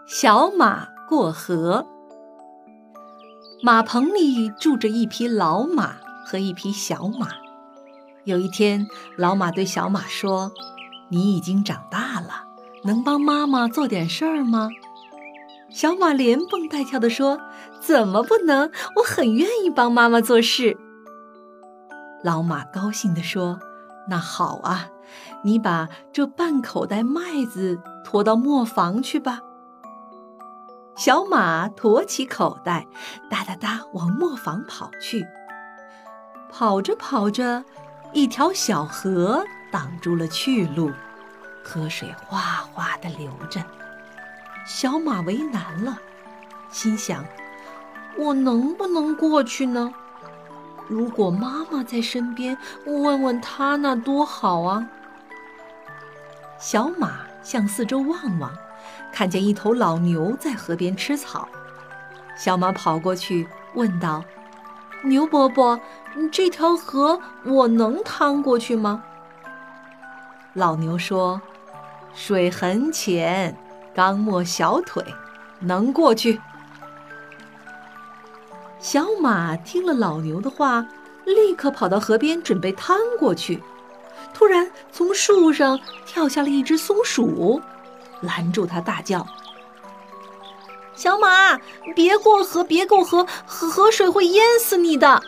小马过河。马棚里住着一匹老马和一匹小马。有一天，老马对小马说：“你已经长大了，能帮妈妈做点事儿吗？”小马连蹦带跳地说：“怎么不能？我很愿意帮妈妈做事。”老马高兴地说：“那好啊，你把这半口袋麦子驮到磨坊去吧。”小马驮起口袋，哒哒哒往磨坊跑去。跑着跑着，一条小河挡住了去路，河水哗哗地流着。小马为难了，心想：我能不能过去呢？如果妈妈在身边，问问她那多好啊。小马向四周望望，看见一头老牛在河边吃草。小马跑过去问道：“牛伯伯，这条河我能趟过去吗？”老牛说：“水很浅，刚没小腿，能过去。”小马听了老牛的话，立刻跑到河边准备趟过去。突然从树上跳下了一只松鼠，拦住他大叫：“小马，别过河，别过河，河水会淹死你的！”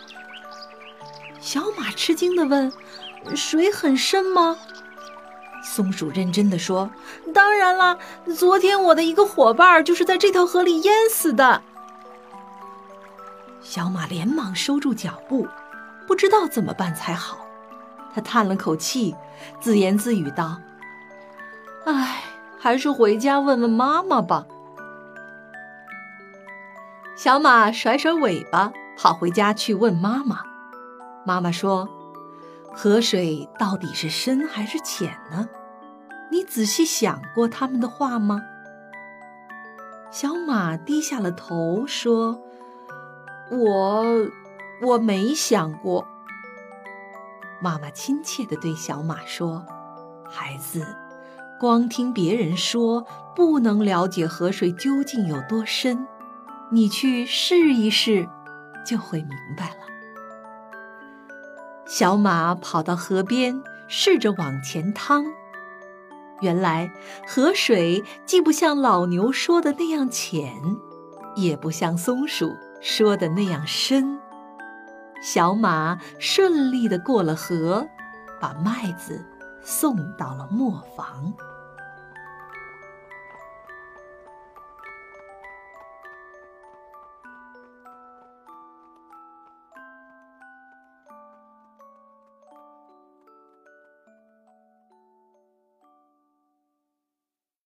小马吃惊地问：“水很深吗？”松鼠认真地说：“当然啦，昨天我的一个伙伴就是在这条河里淹死的。”小马连忙收住脚步，不知道怎么办才好。他叹了口气，自言自语道：“唉，还是回家问问妈妈吧。”小马甩甩尾巴，跑回家去问妈妈。妈妈说：“河水到底是深还是浅呢？你仔细想过他们的话吗？”小马低下了头说：“我没想过。”妈妈亲切地对小马说：“孩子，光听别人说，不能了解河水究竟有多深，你去试一试，就会明白了。”小马跑到河边，试着往前趟。原来河水既不像老牛说的那样浅，也不像松鼠说的那样深。小马顺利地过了河，把麦子送到了磨坊。